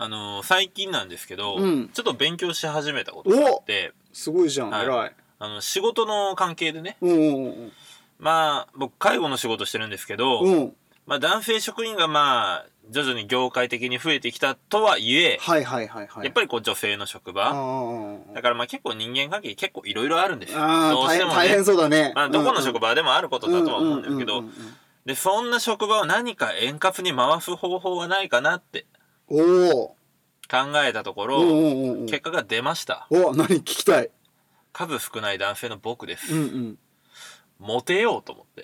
最近なんですけど、 うん、 ちょっと勉強し始めたことがあって。 すごいじゃん、 はい、 偉い。 仕事の関係でね、まあ僕介護の仕事してるんですけど、まあ男性職員がまあ徐々に業界的に増えてきたとはいえ、やっぱりこう女性の職場だから、まあ結構人間関係結構いろいろあるんですよ。どうしてもね、 大変そうだね。 まあどこの職場でもあることだとは思うんですけど、でそんな職場を何か円滑に回す方法はないかなって考えたところ、結果が出ました。 何聞きたい。 数少ない男性の僕です。モテようと思って。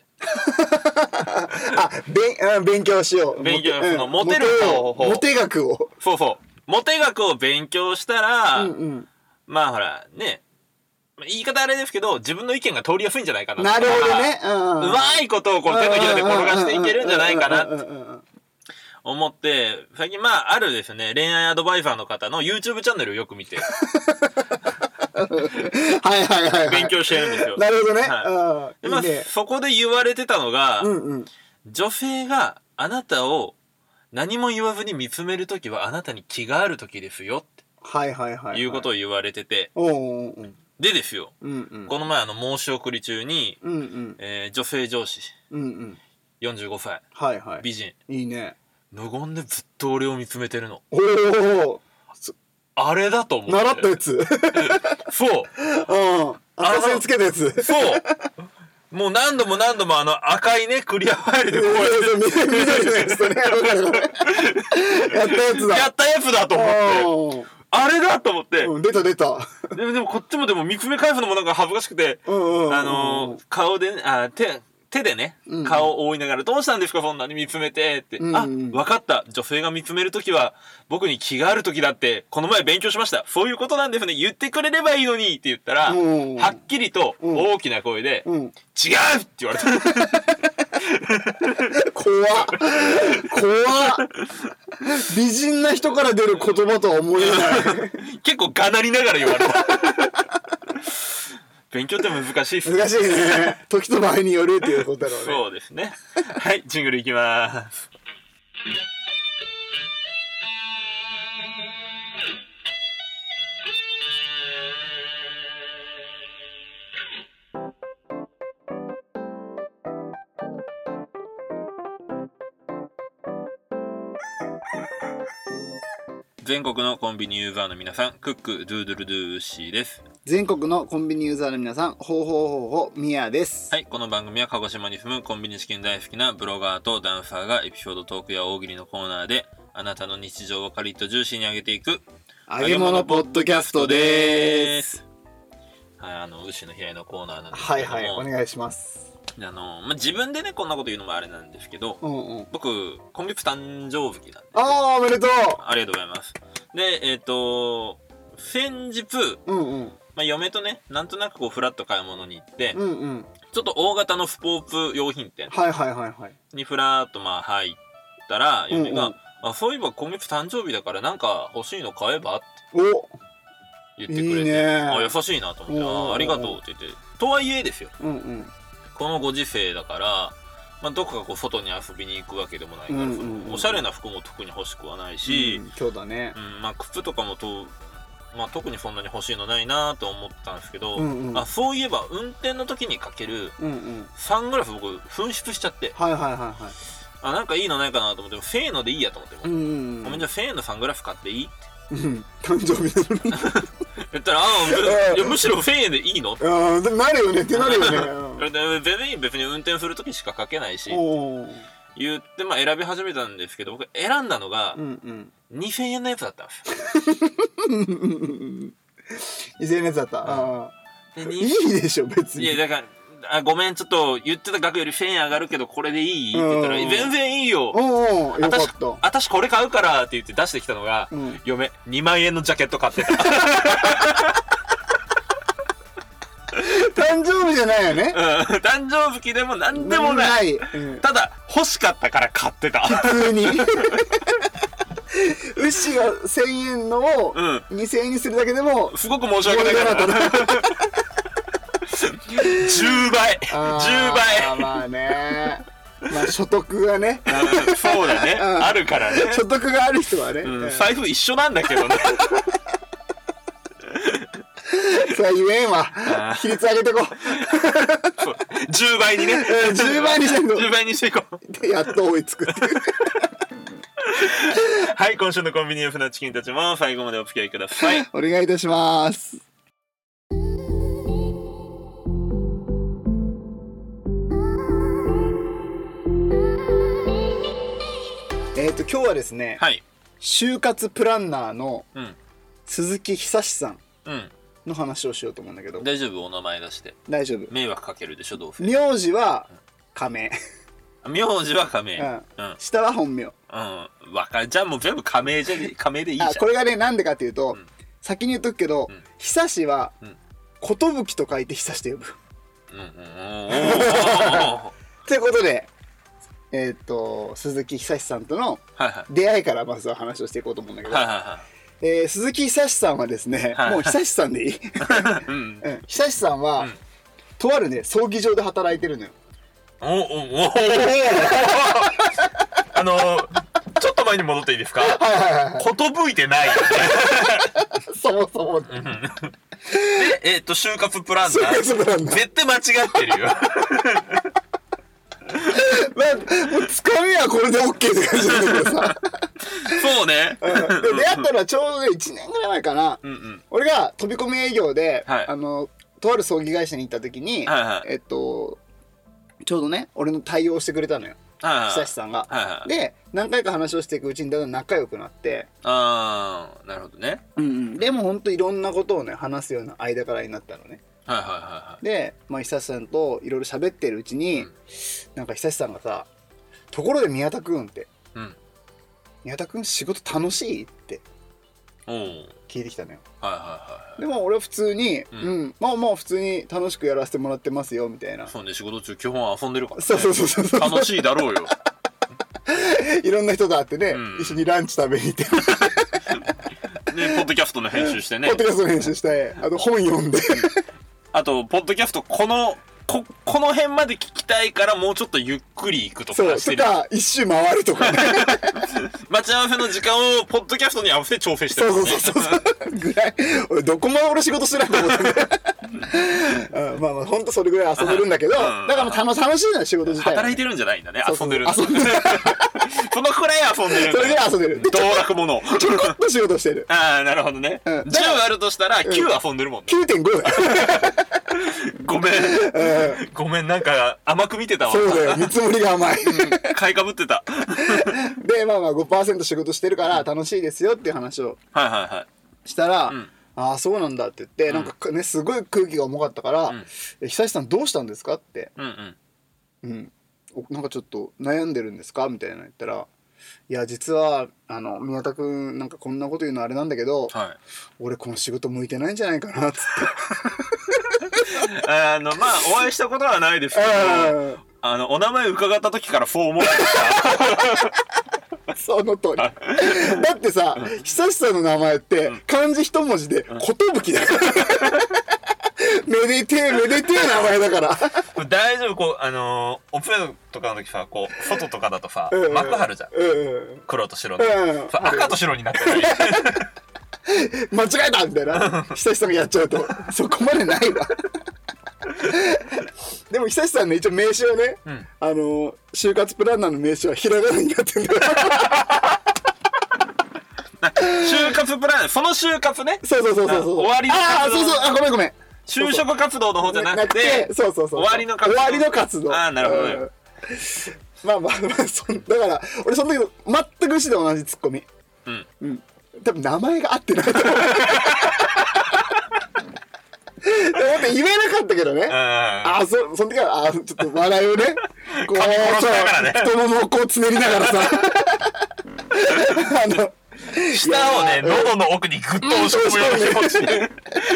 勉強しよう。 そのモテる方法。 モテ学を。 そうそう。モテ学を勉強したら、まあほら、ね、言い方あれですけど、自分の意見が通りやすいんじゃないかな。 なるほどね。 うまいことをこう手のひらで転がしていけるんじゃないかなって思って、最近まああるですね、恋愛アドバイザーの方の YouTube チャンネルをよく見て。勉強してるんですよ。 なるほどね。 まあそこで言われてたのが、女性があなたを何も言わずに見つめるときはあなたに気があるときですよっていうことを言われてて、でですよ、この前申し送り中に女性上司45歳美人、 いいね、 無言でずっと俺を見つめてるの。あれだと思って。 習ったやつ。 そう。 赤線つけたやつ。 そう。もう何度も赤いね、クリアファイルでこうやって。 緑のやつとね。やったやつだ。 やったやつだと思って。あれだと思って。 出た。 でもこっちもでも見つめ返すのもなんか恥ずかしくて、顔で、手でね、顔を覆いながら、どうしたんですかそんなに見つめてって。分かった。女性が見つめるときは、僕に気があるときだって、この前勉強しました。そういうことなんですね。言ってくれればいいのにって言ったら、はっきりと大きな声で、違うって言われた。 怖っ。美人な人から出る言葉とは思えない。 結構がなりながら言われた。勉強って難しいっすね。 難しいね。時と場合によるっていうことだろうね。 そうですね。はい、ジングルいきます。全国のコンビニユーザーの皆さん、クックドゥードゥルドゥーシーです。 全国のコンビニユーザーの皆さん、ほうほうミヤです。 はい、この番組は鹿児島に住むコンビニチキン大好きなブロガーとダンサーがエピソードトークや大喜利のコーナーであなたの日常をカリッとジューシーに上げていく揚げ物ポッドキャストです。 はい、牛の平井のコーナーなんですけども、 はい、お願いします。 自分でねこんなこと言うのもあれなんですけど、僕今月誕生日なんです。 おめでとう。 ありがとうございます。で先日、嫁とねなんとなくこうフラッと買い物に行って、ちょっと大型のスポーツ用品店にフラッと入ったら、嫁が、そういえば今月誕生日だからなんか欲しいの買えばって言ってくれて、いいね、優しいなと思って、ありがとうって言って、とはいえですよ、このご時世だから、どこかこう外に遊びに行くわけでもないから、おしゃれな服も特に欲しくはないし、 そうだね、 靴とかも特にそんなに欲しいのないなと思ってたんですけど、そういえば運転の時にかけるサングラス僕紛失しちゃって、なんかいいのないかなと思って、1000円のでいいやと思って、ごめん、じゃあ1000円のサングラス買っていいって誕生日なのに言ったら、いやむしろ1000円でいいのってなるよねってなるよね。 全然別に運転する時しかかけないし言って選び始めたんですけど、僕選んだのが2000円のやつだったんですよ。 2000円のやつだった。いいでしょ別に。 いやだからごめんちょっと言ってた額より1000円上がるけどこれでいいって言ったら、全然いいよ、私これ買うからって言って出してきたのが、嫁2万円のジャケット買ってた。 誕生日じゃないよね。 誕生日でも何でもない。ただ欲しかったから買ってた。 普通に。牛が1000円のを2000円にするだけでもすごく申し訳ないから。10倍。 まあね。 まあ所得がねそうだね、あるからね。 所得がある人はね、 財布一緒なんだけどね。 それは言えんわ。比率上げてこう。 10倍にね。 10倍にしていこう。 10倍にしていこう。 でやっと追いつくっていう。 はい、今週のコンビニエンスなチキンたちも最後までお付き合いください。 お願いいたします。今日はですね、 はい、 就活プランナーの鈴木久志さんの話をしようと思うんだけど、 大丈夫？お名前出して大丈夫。 迷惑かけるでしょどうせ。 名字は仮名。 名字は仮名、 下は本名。 わかる。じゃあもう全部仮名でいいじゃん。 これがね、なんでかっていうと、先に言っとくけど、久志は寿と書いて久しと呼ぶ。ということで、鈴木久志さんとの出会いからまずは話をしていこうと思うんだけど、鈴木久志さんはですね、もう久志さんでいい？久志さんは、とあるね、葬儀場で働いてるのよ。 ちょっと前に戻っていいですか？ことぶいてないよね。 そもそも。 で、就活プランナー。絶対間違ってるよ。 もうつかみはこれで OK って感じなんだけどさ。 そうね。 で出会ったのはちょうどね、1年ぐらい前かな。俺が飛び込み営業で、とある葬儀会社に行った時に、ちょうどね、俺の対応してくれたのよ。久志さんが。で、何回か話をしていくうちにだんだん仲良くなって。 なるほどね。 でもほんといろんなことをね、話すような間柄になったのね。で、久志さんといろいろ喋ってるうちに、なんか久志さんがさ、ところで宮田くんって、宮田くん仕事楽しいって聞いてきたのよ。でも俺は普通に、まあ普通に楽しくやらせてもらってますよみたいな。 そうね、仕事中基本遊んでるからね。 そう楽しいだろうよ。 いろんな人と会ってね、一緒にランチ食べに行って。 で、ポッドキャストの編集してね。 ポッドキャストの編集して、あと本読んで。 あと、ポッドキャストこの辺まで聞きたいからもうちょっとゆっくり行くとかしてる。 そう、とか、一周回るとかね。 待ち合わせの時間をポッドキャストに合わせて調整してる。 そう。ぐらい、俺どこも俺仕事してないと思ってね。まあほんとそれぐらい遊べるんだけど、だからもう楽しいのよ、仕事自体。 働いてるんじゃないんだね、遊んでるんだ。そのくらい遊んでるんだ。 それぐらい遊んでる。 道楽者。 ちょこっと仕事してる。 なるほどね。10あるとしたら9遊んでるもんね。 9.5 だよ。 ごめん、なんか甘く見てたわ。 そうだよ、見積もりが甘い。 買いかぶってた。 で、5% 仕事してるから楽しいですよっていう話をしたら、ああそうなんだって言って、なんかね、すごい空気が重かったから、久志さんどうしたんですかって、なんかちょっと悩んでるんですかみたいなの言ったら、いや実は宮田くんなんかこんなこと言うのあれなんだけど、俺この仕事向いてないんじゃないかなっつって。 お会いしたことはないですけど、お名前伺った時からそう思ってた。その通り。だってさ、久志さんの名前って漢字一文字で寿だから。めでてえ名前だから。 大丈夫、こうオペラとかの時さ、こう外とかだとさ、幕張るじゃん。黒と白の。赤と白になってない。 間違えたみたいな。久志さんがやっちゃうとそこまでないわ。でも久志さんね、一応名刺をね、就活プランナーの名刺はひらがなになってんだよ。 就活プラン、その就活ね。 そう終わりの活動。 ごめん。 就職活動の方じゃなくて、 そう終わりの活動。 終わりの活動。 なるほどよ。 だから俺その時全く牛で同じツッコミ。多分名前が合ってないと思う。言えなかったけどね。その時はちょっと笑いをね、こう太ももをこうつねりながらさ、 舌をね、喉の奥にグッと押し込むような気持ちで。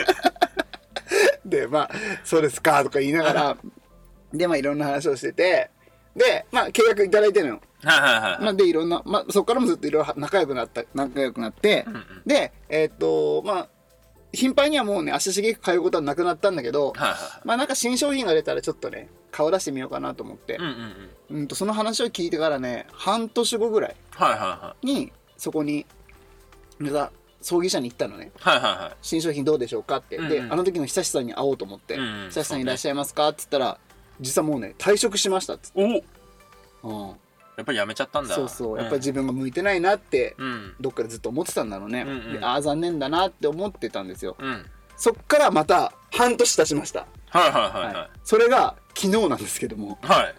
でそうですかとか言いながら、でいろんな話をしてて、で契約いただいてるのよ。でいろんなそこからもずっといろいろ仲良くなって、で頻繁にはもうね足しげく通うことはなくなったんだけど、はいはい、まあなんか新商品が出たらちょっとね顔出してみようかなと思って、その話を聞いてからね半年後ぐらいにそこに葬儀社に行ったのね、はいはいはい、新商品どうでしょうかって、であの時の久志さんに会おうと思って、久志さんいらっしゃいますかって言ったら、実はもうね退職しましたっつって。 やっぱりやめちゃったんだ。 そうそう、やっぱり自分が向いてないなって、どっかでずっと思ってたんだろうね、ああ残念だなって思ってたんですよ、そっからまた半年経ちました。はいはいはい、はい、それが昨日なんですけども、はい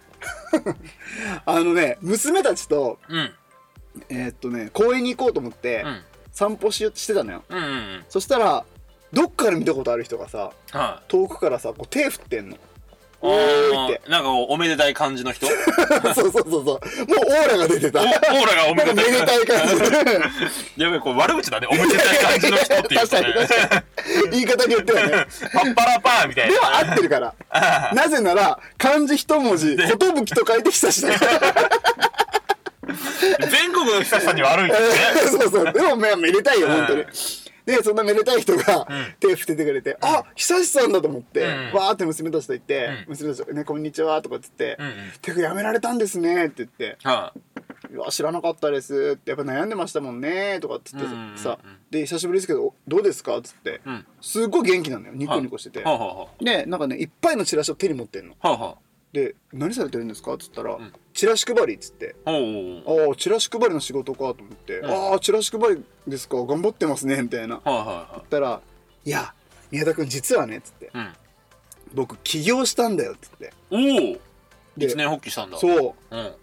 娘たちと、公園に行こうと思って、散歩してたのよ、そしたらどっから見たことある人がさ、遠くからさこう手振ってんの。 おーってなんかおめでたい感じの人そうもうオーラが出てた。オーラがおめでたい感じやべえ、これ悪口だね、おめでたい感じの人っていう、ね、確かに言い方によってはねパッパラパーみたいな。 では合ってるからなぜなら漢字一文字寿と書いて久しだ全国の久しさんに悪いですねそうでもめでたいよ本当に。でそんなめでたい人が手振っててくれて、あ久しさんだと思って、わーって娘たちと言って、娘たちとねこんにちはとかって言って、てかやめられたんですねって言って、いや知らなかったですってやっぱ悩んでましたもんねとかって言ってさ、で久しぶりですけどどうですかっつって、すっごい元気なんだよ、ニコニコしてて、でなんかねいっぱいのチラシを手に持ってんの。で何されてるんですかっつったら、チラシ配りっつって、ああチラシ配りの仕事かと思って、ああチラシ配りですか頑張ってますねみたいな、言ったら、いや宮田君実はねっつって、僕起業したんだよっつって。 おお一年発起したんだ。 そう、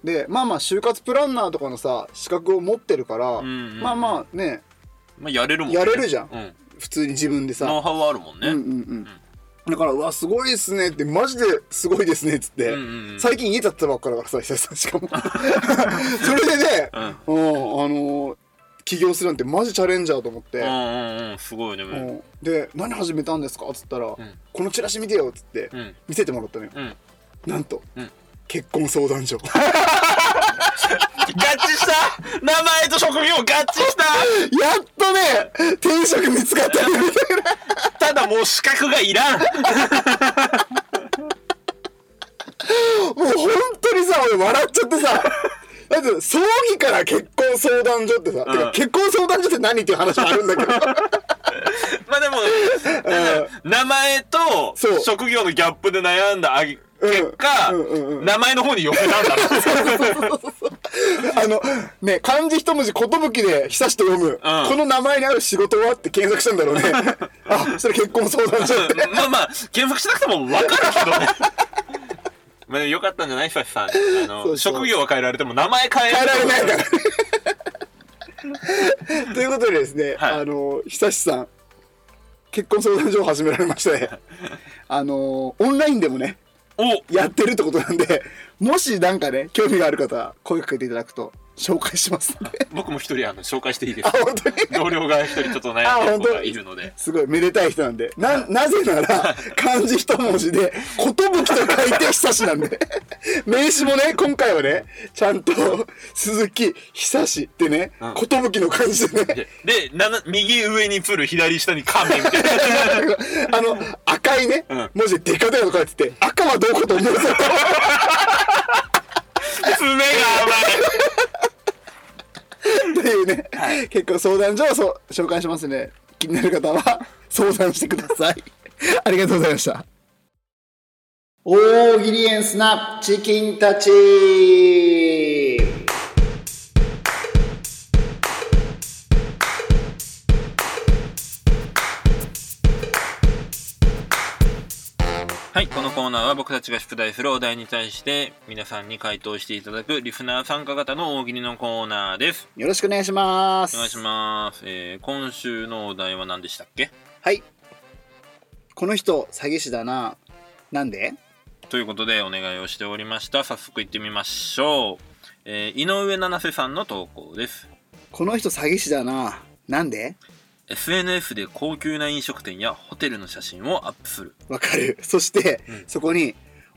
でまあ就活プランナーとかのさ資格を持ってるから、まあね、 やれるもんね。 やれるじゃん、普通に自分でさノウハウあるもんね。 だからうわすごいですねってマジですごいですねっつって、最近家建ったばっかだからさ久々しかもそれでね、起業するなんてマジチャレンジャーと思って、 すごいね。 で何始めたんですかっつったら、このチラシ見てよっつって見せてもらったのよ。なんと結婚相談所合致した名前と職業合致したやっとね転職見つかったねみたいなただもう資格がいらんもう本当にさ俺笑っちゃってさだって葬儀から結婚相談所ってさ、てか結婚相談所って何っていう話もあるんだけどまあでも、名前と職業のギャップで悩んだ結果、名前の方に寄せたんだろね漢字一文字寿で久しと読む、この名前にある仕事はって検索したんだろうねあそれ結婚相談所ってまあ検索しなくても分かるけどねまあよかったんじゃない久しさん。職業は変えられても名前変えられないからということでですね、久しさん結婚相談所を始められましたねオンラインでもねやってるってことなんで、もしなんかね興味がある方は声かけていただくと紹介しますので僕も一人紹介していいですか。本当に同僚が一人ちょっと悩んでる子がいるので、 すごいめでたい人なんで、なぜなら漢字一文字で寿と書いて久しなんで名刺もね今回はねちゃんと鈴木久しってね寿の漢字でねで右上にプル左下に亀みたいな赤いね文字でデカデカと書いてて、赤はどうこと思うぞ爪が甘いっていうね、結婚相談所を紹介しますので、気になる方は相談してくださいありがとうございました。大喜利エンスなチキンたちはい、このコーナーは僕たちが出題するお題に対して皆さんに回答していただくリスナー参加型の大喜利のコーナーです。 よろしくお願いします。 お願いします。今週のお題は何でしたっけ？ はい。この人詐欺師だな。なんで？ ということでお願いをしておりました。早速行ってみましょう。井上七瀬さんの投稿です。 この人詐欺師だな。なんで ？SNS で高級な飲食店やホテルの写真をアップする。 わかる。そして、そこに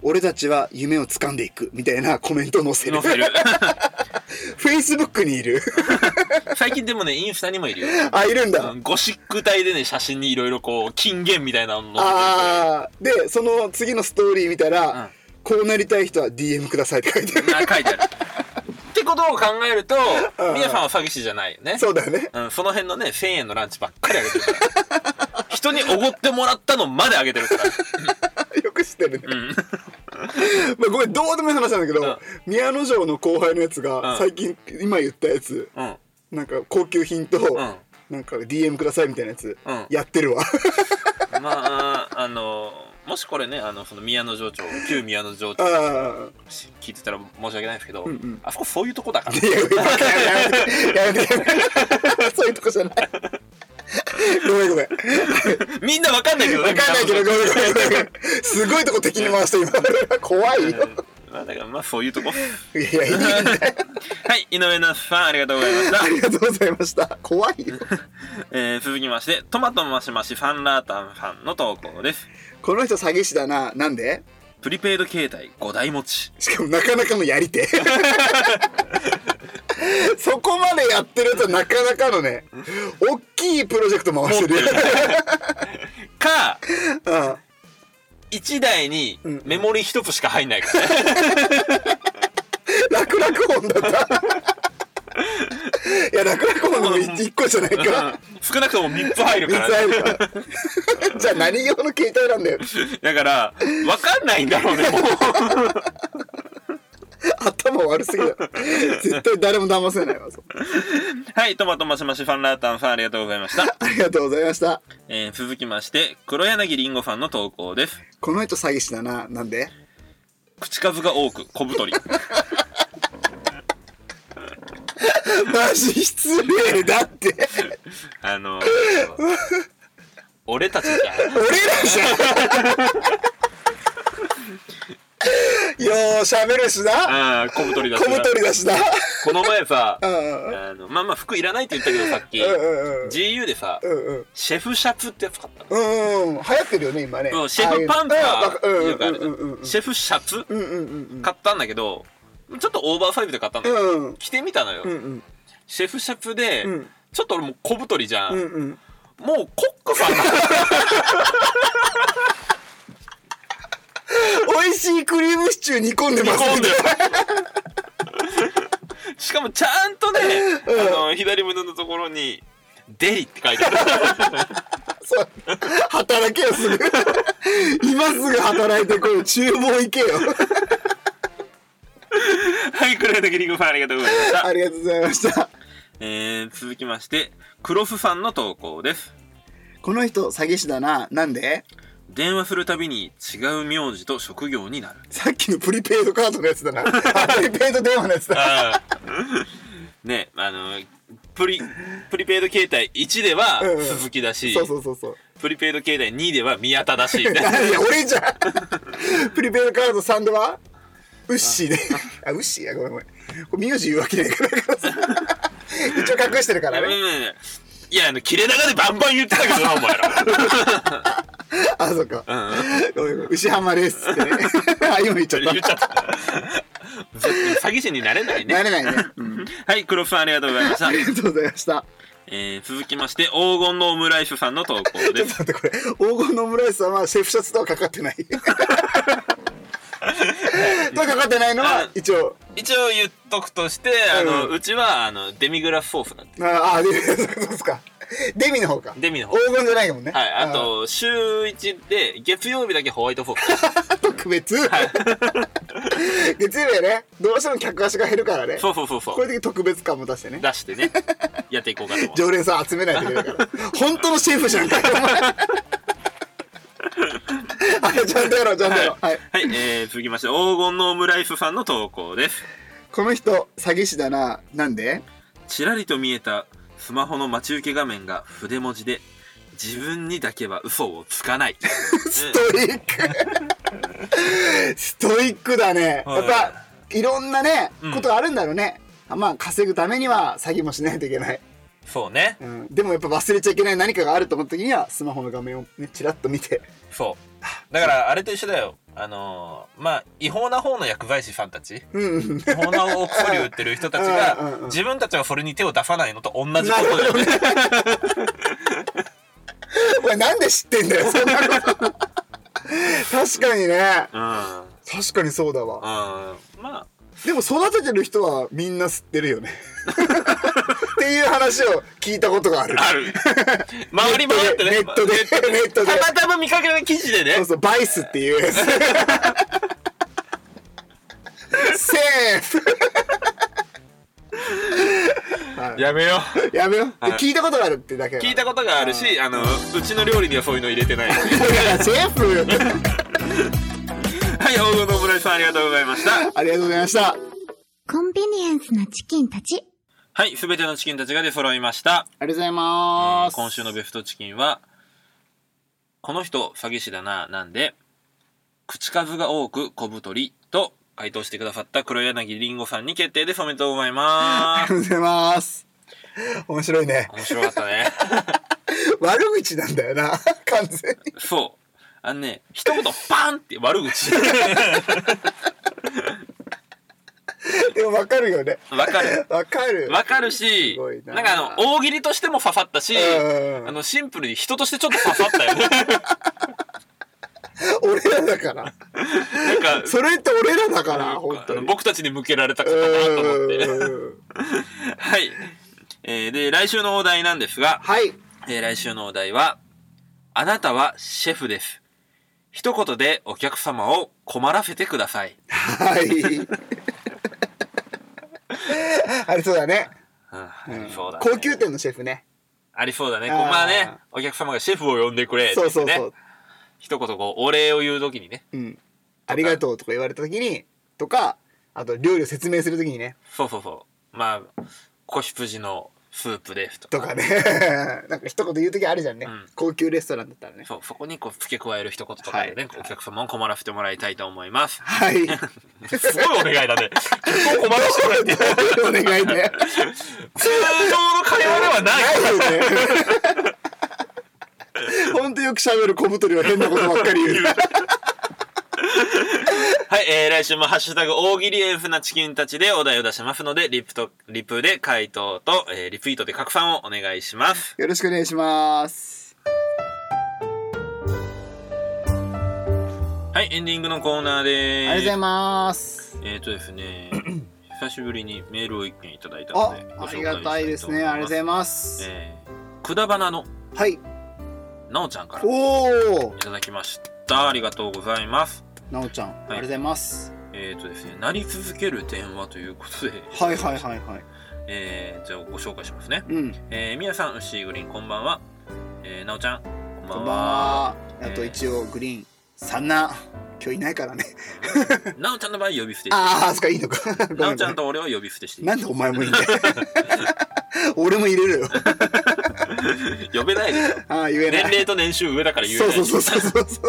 俺たちは夢を掴んでいくみたいなコメントを載せるフェイスブックにいる最近でもねインスタにもいるよ。 あ、いるんだ。 ゴシック体でね写真にいろいろこう金言みたいなの載せてる。 あー、でその次のストーリー見たら、こうなりたい人は DM くださいって書いてある。 書いてあるってことを考えると皆さんは詐欺師じゃないよね。 そうだよね、 その辺のね1000円のランチばっかりあげてるから人におごってもらったのまであげてるからよく知ってるね、まあごめんどうでもいい話なんだけど、宮之丞の後輩のやつが最近、今言ったやつ、なんか高級品と、なんか DM くださいみたいなやつ、やってるわまあもしこれねその宮之丞町旧宮之丞町聞いてたら申し訳ないですけど、あそこそういうとこだからやめてそういうとこじゃないごめんみんなわかんないけどね。 わかんないけどごめんすごいとこ敵に回して今怖いよ。 だからまあそういうとこ。 いやいいんだよ。 はい、井上那須さんありがとうございました。 ありがとうございました。怖いよ。 続きましてトマトマシマシファンラータンファンの投稿です。 この人詐欺師だな。なんで？ プリペイド携帯5台持ち。 しかもなかなかのやり手そこまでやってるとなかなかのね大きいプロジェクト回してるか、1台にメモリ1つしか入んないからね楽々音だったいや楽々音の1個じゃないか少なくとも3つ入るから 3つ入るからじゃあ何用の携帯なんだよ。 だから分かんないんだろうねもう頭悪すぎだ絶対誰も騙せないわはい、トマトマシマシファンラータンファンありがとうございました。 ありがとうございました。 続きまして黒柳りんごファンの投稿です。 この人詐欺師だな。なんで？ 口数が多く小太りマジ失礼だって俺たちじゃん俺らじゃんよー喋るしな。 小太りだしな。 小太りだしな。 この前さまあ服いらないって言ったけどさっき GU でさシェフシャツってやつ買ったの。流行ってるよね今ね。 シェフパンツはシェフシャツ買ったんだけどちょっとオーバーサイズで買ったんだけど着てみたのよ。シェフシャツでちょっと俺もう小太りじゃん。もうコックさん美味しいクリームシチュー煮込んでますね。 しかもちゃんとね左胸のところにデリって書いてあるそう働けよすぐ今すぐ働いてこいよ厨房行けよはい黒柳りんごファンありがとうございましたありがとうございました。 続きましてクロフさんの投稿です。 この人詐欺師だな。なんで？ 電話するたびに違う名字と職業になる。 さっきのプリペイドカードのやつだなプリペイド電話のやつだねプリペイド携帯1では鈴木だし、 そうプリペイド携帯2では宮田だしいや俺じゃんプリペイドカード3ではウッシーであウッシーやごめんこれ名字言うわけないから一応隠してるからね。 いや切れ長でバンバン言ってたけどなお前らあ、そっか。ごめん牛浜ですってね。あ、今言っちゃった。 詐欺師になれないね。 なれないね。 はい、黒フさんありがとうございました。 ありがとうございました。 続きまして黄金のオムライスさんの投稿です。 ちょっと待ってこれ黄金のオムライスさんはシェフシャツとはかかってない。とはかかってないのは一応言っとくとしてうちはデミグラスソースなんで。 ああそうですか。デミの方か。 デミの方。 黄金じゃないもんね。 はい。あと週1で月曜日だけホワイトフォーク。 特別。はい。月曜日はねどうしても客足が減るからね。 そう。 これで特別感も出してね。 出してねやっていこうかと思う。 常連さん集めないといけないから。本当のシェフじゃんかよお前。ちゃんとやろう。 はい、続きまして黄金のオムライスさんの投稿です。 この人詐欺師だな。なんで？ ちらりと見えたスマホの待ち受け画面が筆文字で自分にだけは嘘をつかないストイックストイックだね。やっぱいろんなねことがあるんだろうね。まあ稼ぐためには詐欺もしないといけない。 そうね、 でもやっぱ忘れちゃいけない何かがあると思った時にはスマホの画面をねチラッと見て、 そうだからあれと一緒だよ。まあ違法な方の薬剤師さんたち、違法なお薬売ってる人たちが自分たちはそれに手を出さないのと同じことだよね。 お前なんで知ってんだよそんなこと。確かにね、確かにそうだわ。 まあでも育ててる人はみんな知ってるよね。っていう話を聞いたことがある。 ある。回り回ってね。 ネットで。 たまたま見かけた記事でね。 そうそう、バイスっていうやつ。セーフ。 やめよう。やめよう。聞いたことがあるってだけ。 聞いたことがあるし、うちの料理にはそういうの入れてない。 セーフ。 はい、黄金のオムライスさんありがとうございました。 ありがとうございました。 コンビニエンスなチキンたち。 はい、すべてのチキンたちが出揃いました。 ありがとうございます。 今週のベストチキンは、この人詐欺師だな、なんで、口数が多く小太りと回答してくださった黒柳りんごさんに決定です。おめでとうございます。 ありがとうございます。面白いね。 面白かったね。 悪口なんだよな、完全に。 そう。一言パンって悪口。 でも分かるよね。 分かる。 分かる。 分かるし、なんか大喜利としても刺さったし、シンプルに人としてちょっと刺さったよね。 俺らだから。なんか、それって俺らだから、本当に。 僕たちに向けられた方かなと思って。はい。で、来週のお題なんですが、 はい。 来週のお題は、あなたはシェフです。一言でお客様を困らせてください。 はい。ありそうだね。 そうだね。 高級店のシェフね。 ありそうだね。まあね、お客様がシェフを呼んでくれってね。そうそうそう。一言お礼を言うときにね。 ありがとうとか言われたときに、とか、あと料理を説明するときにね。 そうそうそう。まあ、子羊のスープですとかね。なんか一言言うときあるじゃんね。高級レストランだったらね。 そう、そこに付け加える一言とかでね、お客様を困らせてもらいたいと思います。 はい。 すごいお願いだね。結構困らせてもらって。 お願いね。 通常の会話ではないよね。ほんとよく喋る小太りは変なことばっかり言う。 はい、来週もハッシュタグ大喜利エンフなチキンたちでお題を出しますので、リプで回答と、リツイートで拡散をお願いします。 よろしくお願いします。 はい、エンディングのコーナーです。 ありがとうございます。 ですね、久しぶりにメールを一件いただいたので、 ありがたいですね。ありがとうございます。 くだばなの、 はい。 なおちゃんからいただきました。ありがとうございます。 なおちゃん、ありがとうございます。 ですね、なり続ける電話ということで、 はいはいはいはい。 じゃあご紹介しますね。みやさん、うしーグリーン、こんばんは。なおちゃん、こんばんは。 あと一応グリーン、さんな、今日いないからね。 なおちゃんの場合呼び捨てして。 ああ、そっか、いいのか。 なおちゃんと俺は呼び捨てして。 なんでお前もいいんだよ。俺も入れるよ。 呼べないでしょ。 ああ、言えない。 年齢と年収上だから言えない。 そう。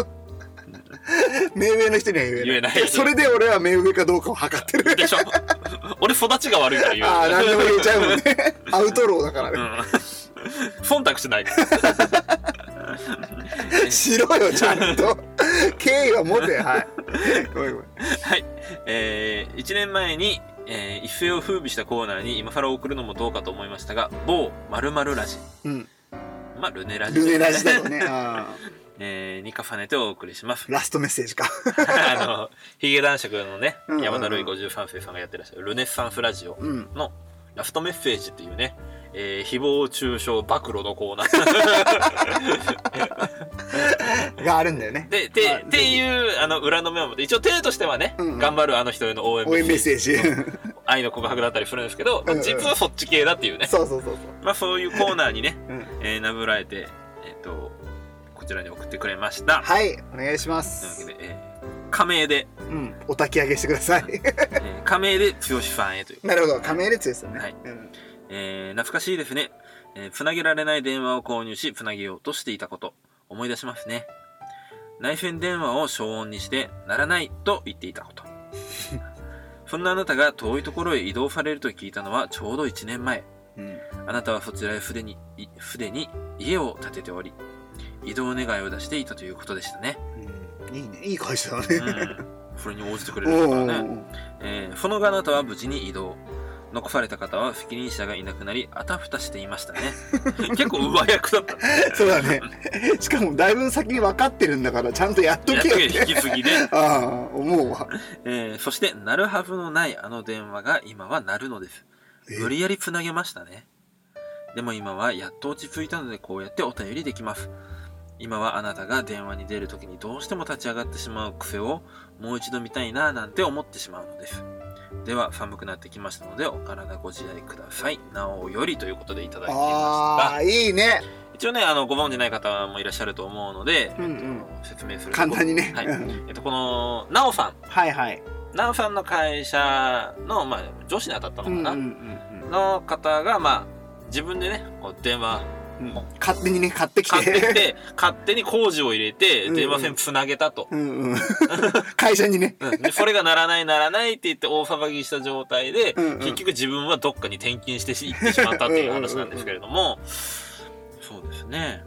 目上の人には言えない。それで俺は目上かどうかを測ってる。 でしょ。俺育ちが悪いから言う。 ああ、何でも言えちゃうもんね。アウトローだからね。 忖度しない。 しろよ、ちゃんと。敬意は持て。はい。ごめん。 はい。1年前に、一世を風靡したコーナーに今更送るのもどうかと思いましたが、某〇〇ラジ。まあ、ルネラジ。 ルネラジだろうね。 に重ねてお送りします。 ラストメッセージか。 ヒゲ男爵のね、山田るい53世さんがやってらっしゃるルネッサンスラジオのラストメッセージっていうね、誹謗中傷暴露のコーナーがあるんだよね。 で、っていう裏の面も一応手としてはね、頑張るあの人への応援メッセージ、 愛の告白だったりするんですけど、実はそっち系だっていうね。 そう。 まあそういうコーナーにね、なぶられてこちらに送ってくれました。 はい、お願いします。 というわけで、仮名で、 お焚き上げしてください。 仮名で剛さんへという。 なるほど、仮名で剛さんね。はい。 懐かしいですね。つなげられない電話を購入し、つなげようとしていたこと、思い出しますね。内線電話を消音にして、鳴らないと言っていたこと。そんなあなたが遠いところへ移動されると聞いたのはちょうど1年前。 あなたはそちらへ筆に家を建てており、移動願いを出していたということでしたね。 いいね、いい会社だね。 それに応じてくれるからね。その後あなたは無事に移動。残された方は責任者がいなくなり、あたふたしていましたね。結構上役だった。 そうだね。しかもだいぶ先に分かってるんだから、ちゃんとやっとけよって。 引き継ぎで。 思うわ。 そして鳴るはずのないあの電話が今は鳴るのです。無理やりつなげましたね。でも今はやっと落ち着いたので、こうやってお便りできます。今はあなたが電話に出るときにどうしても立ち上がってしまう癖をもう一度見たいななんて思ってしまうのです。では寒くなってきましたのでお体ご自愛ください。なおよりということでいただきました。 いいね。 一応ねご存じない方もいらっしゃると思うので、説明すると簡単にね。 はい。このなおさん。 はいはい。 なおさんの会社の上司に当たったのかな、の方が自分でねこう電話勝手にね買ってきて勝手に工事を入れて電話線つなげたと、 会社にね、 でそれがならないって言って大騒ぎした状態で、結局自分はどっかに転勤していってしまったっていう話なんですけれども、そうですね、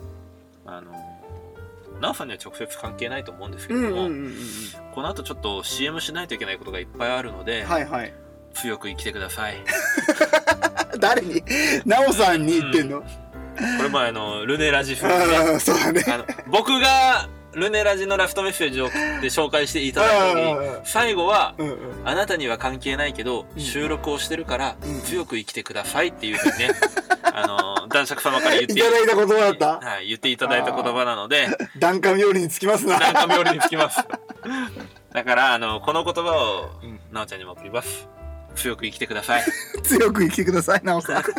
なおさんには直接関係ないと思うんですけれども、この後ちょっと CM しないといけないことがいっぱいあるので、強く生きてください。 誰に？なおさんに言ってんの？ これもルネラジ風で、 そうだね。 僕がルネラジのラストメッセージを送って紹介していただいたのに、最後は、あなたには関係ないけど、収録をしてるから強く生きてくださいっていうふうにね、男爵様から言っていただいた言葉だった。 はい、言っていただいた言葉なので、 檀家冥利につきますな。 檀家冥利につきます。だからこの言葉をなおちゃんにも送ります。強く生きてください。 強く生きてください、なおさん。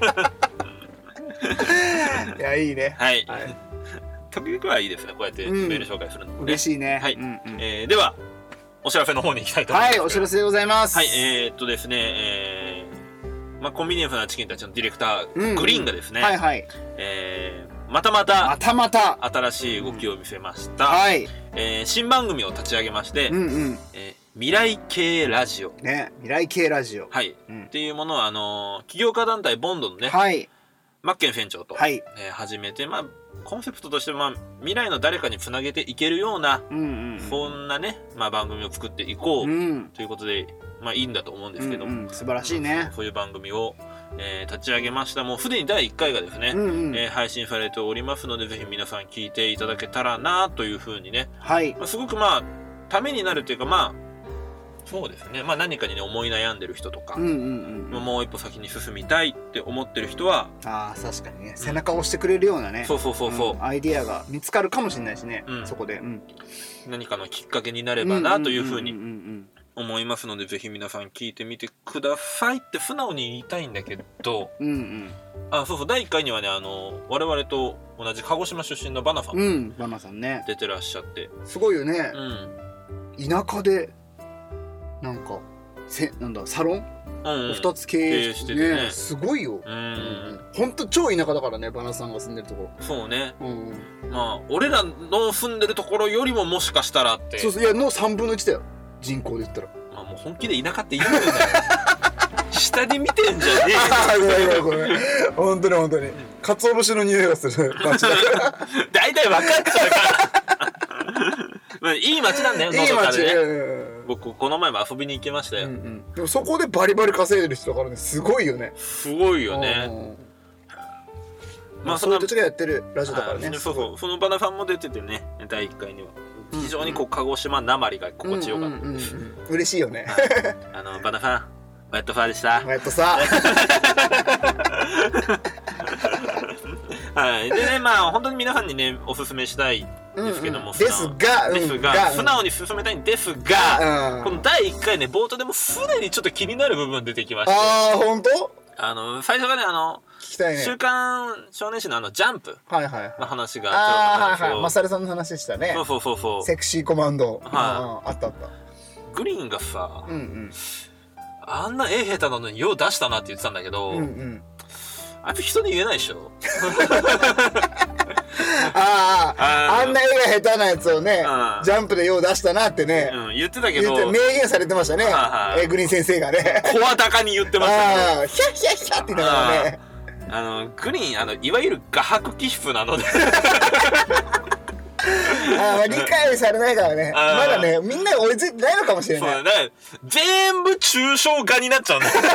いや、いいね。 はい。時々はいいですね、こうやってメール紹介するのもね。 嬉しいね。 はい。では、お知らせの方に行きたいと思います。 はい、お知らせでございます。 はい、ですね、コンビニエンスなチキンたちのディレクター、グリーンがですね、またまた新しい動きを見せました。はい。新番組を立ち上げまして、未来系ラジオ。 ね、未来系ラジオ。 はい。っていうものを、起業家団体ボンドのね、マッケン船長と、始めて、コンセプトとして未来の誰かにつなげていけるような、そんなね、番組を作っていこうということで、いいんだと思うんですけど、 素晴らしいね。 そういう番組を、立ち上げました。もうすでに第1回がですね、配信されておりますので、ぜひ皆さん聞いていただけたらなというふうにね、すごくためになるというか、そうですね。何かにね思い悩んでる人とか、もう一歩先に進みたいって思ってる人は、 確かにね、背中を押してくれるようなね、アイディアが見つかるかもしれないしね、そこで、 何かのきっかけになればなというふうに思いますので、ぜひ皆さん聞いてみてくださいって素直に言いたいんだけど、第1回にはね我々と同じ鹿児島出身のバナさん、出てらっしゃって、 すごいよね。田舎でなんかサロンを2つ経営してね、すごいよ。ほんと超田舎だからね、バナさんが住んでるところ。 そうね。俺らの住んでるところよりももしかしたらって。 そう、いやの3分の1だよ、人口で言ったら。 もう本気で田舎って言うんだよ。下で見てんじゃねえよ。 ごめん。本当に。鰹節の匂いがする街だから。 大体分かっちゃうから。いい街なんだよ、 いい街ね。 僕この前も遊びに行きましたよ。 でもそこでバリバリ稼いでる人だからね、すごいよね。 すごいよね。 そういう人たちがやってるラジオだからね。 そのバナさんも出ててね、第1回には非常に鹿児島なまりが心地よかったです。 嬉しいよね。 バナさん、ワイットファーでした。 ワイットさ。 はい。でね、本当に皆さんにねおすすめしたいですけども、 ですが素直に進めたいんですが、この第1回ね冒頭でもすでにちょっと気になる部分出てきまして、 本当？ 最初がね聞きたいね。 週刊少年誌のジャンプの話がマサルさんの話でしたね。 そうセクシーコマンド。あったグリーンがさ、あんな絵下手なのによう出したなって言ってたんだけど、あいつ人に言えないでしょ。あんな絵が下手なやつをね、ジャンプでよう出したなってね、 言ってたけど、 明言されてましたね、グリーン先生がね。 声高に言ってましたね。 ヒャッヒャッヒャッって言ったからね。 グリーンいわゆる画伯気質なので理解されないからね。まだね、みんなが追いついてないのかもしれない。 そうだね。全部抽象画になっちゃうんだよ。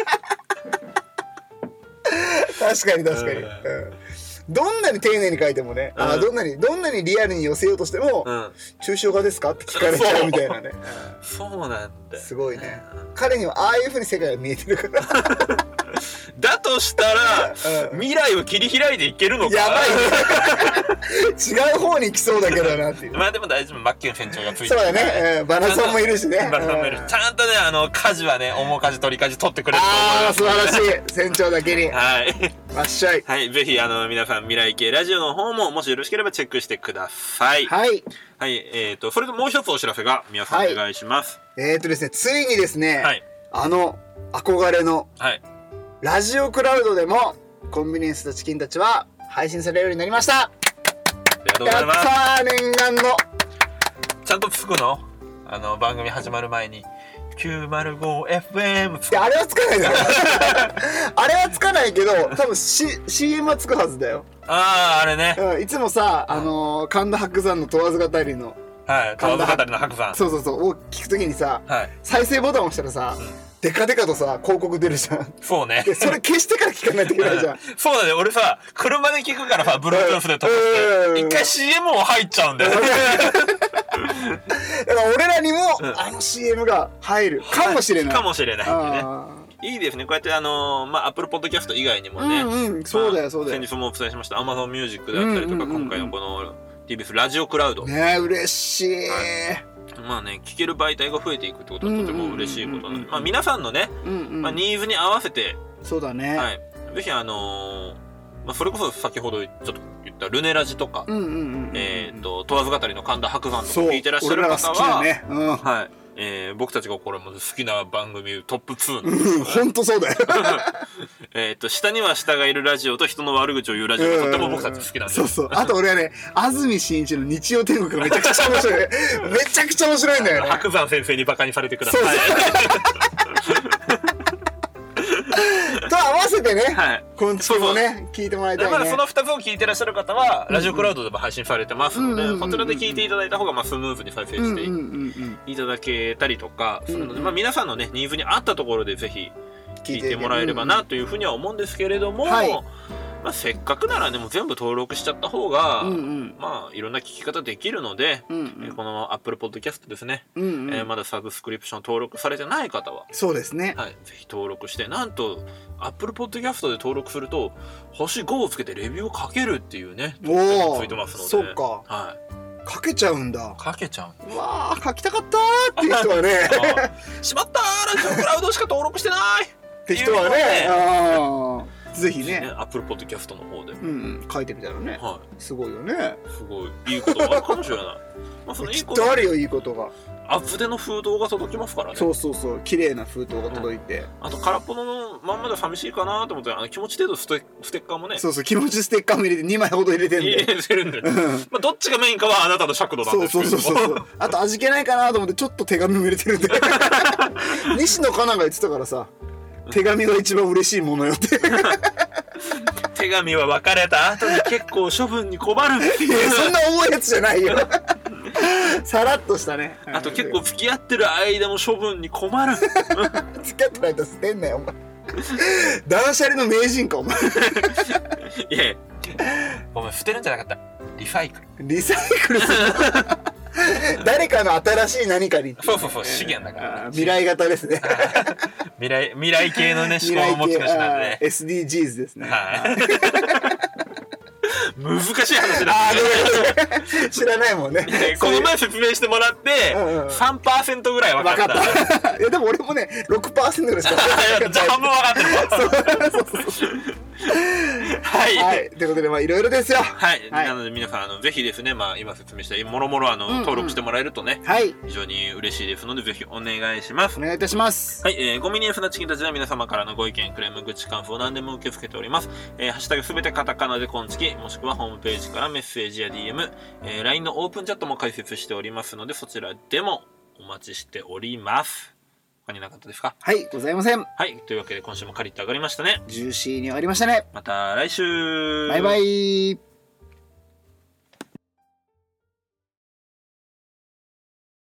確かに。どんなに丁寧に書いてもね、どんなにリアルに寄せようとしても、抽象画ですかって聞かれちゃうみたいなね。 そうなんだよ。 すごいね。彼にはああいう風に世界が見えてるから。 だとしたら、未来を切り開いていけるのか。 やばいね。違う方に来そうだけどなっていう。 まあでも大丈夫。マッケン船長がついてる。 そうだね。バナさんもいるしね。 バナさんもいる。ちゃんとね、舵はね、重舵、取り舵取ってくれると思います。素晴らしい。船長だけに。 はい。 わっしゃい。 はい。ぜひ、皆さん、未来系ラジオの方も、もしよろしければチェックしてください。 はい。 はい。それともう一つお知らせが、皆さんお願いします。 ですね、ついにですね、憧れの、ラジオクラウドでもコンビニエンスなチキンたちは配信されるようになりました。 ありがとうございます。 やったー、念願の。 ちゃんとつくの？番組始まる前に 905FM つく。 あれはつかないだよ。あれはつかないけど、多分、CM はつくはずだよ。 あれね。 いつもさ、神田伯山の問わず語りの。 はい、問わず語りの伯山。 そうを聞くときにさ、再生ボタンを押したらさ、デカデカとさ、広告出るじゃん。 そうね。 で、それ消してから聞かないといけないじゃん。 そうだね。俺さ、車で聞くからさ、Bluetooth で飛ばして、一回 CM も入っちゃうんだよ。だから俺らにも、CM が入るかもしれない。 かもしれないんでね。いいですね。こうやってApple Podcast 以外にもね。 そうだよ。 先日もお伝えしました Amazon Music であったりとか、今回のこの TBS ラジオクラウド。 ね、嬉しい。 まあね、聞ける媒体が増えていくってことはとても嬉しいことなので、まあ皆さんのね、ニーズに合わせて、 そうだね。 はい。ぜひそれこそ先ほどちょっと言ったルネラジとか、問わず語りの神田伯山とか聞いてらっしゃる方は、はい。僕たちがこれも好きな番組トップ2。 ほんとそうだよ。 下には下がいるラジオと人の悪口を言うラジオがとっても僕たち好きなんで。 そう。あと俺はね、安住紳一の日曜天国がめちゃくちゃ面白い。めちゃくちゃ面白いんだよね。 伯山先生にバカにされてください。 と合わせてね、今週もね、聞いてもらいたいね。 まだその2つを聞いてらっしゃる方は、ラジオクラウドでも配信されてますので、こちらで聞いていただいた方がスムーズに再生していただけたりとかするので、皆さんのね、ニーズに合ったところでぜひ聞いてもらえればなというふうには思うんですけれども、せっかくならね、もう全部登録しちゃった方が、いろんな聞き方できるので、この Apple Podcast ですね、まだサブスクリプション登録されてない方は、 そうですね。 はい、ぜひ登録して、なんと、Apple Podcast で登録すると、星5をつけてレビューをかけるっていうね、ついてますので。 そうか。 はい。 かけちゃうんだ。 かけちゃう。 うわー、書きたかったーっていう人はね。 しまったー、ラジオクラウドしか登録してないって人はね。ぜひね、 Apple Podcast の方で書いてみたらね、すごいよね。 すごいいいことがあるかもしれない。 きっとあるよ、いいことが。 厚手の封筒が届きますからね。 そう綺麗な封筒が届いて、 あと空っぽのまんまで寂しいかなと思って、気持ち程度ステッカーもね。 そう気持ちステッカーも入れて2枚ほど入れてるんで。 入れてるんで、どっちがメインかはあなたの尺度なんですけど。 そうあと味気ないかなと思ってちょっと手紙も入れてるんで。西野カナが言ってたからさ、手紙が一番嬉しいものよって。 手紙は別れた後に結構処分に困る。 いや、そんな重いやつじゃないよ。さらっとしたね。 あと結構付き合ってる間も処分に困る。 付き合ってる間捨てんなよ、お前。断捨離の名人か、お前。 いや、お前捨てるんじゃなかった。リサイクルする。 誰かの新しい何かに。 そう資源だから。 未来型ですね。 未来系のね、思考を持つ主なんでね。 SDGs ですね。 難しい話だね。知らないもんね。 この前説明してもらって、3% ぐらい分かった。 いや、でも俺もね、6% ぐらいしか分かってない。半分分かってる。はい。 ということで、いろいろですよ。 はい。なので皆さん、ぜひですね、今説明したもろもろ登録してもらえるとね、非常に嬉しいですので、ぜひお願いします。 お願いいたします。 はい。コンビニエンスなチキンたちは皆様からのご意見、クレーム、愚痴、感想、何でも受け付けております。ハッシュタグすべてカタカナでコンチキ、もしくはホームページからメッセージや DM、LINE のオープンチャットも開設しておりますので、そちらでもお待ちしております。 他になかったですか？ はい、ございません。 はい、というわけで今週もカリッと上がりましたね。 ジューシーに上がりましたね。 また来週。 バイバイ。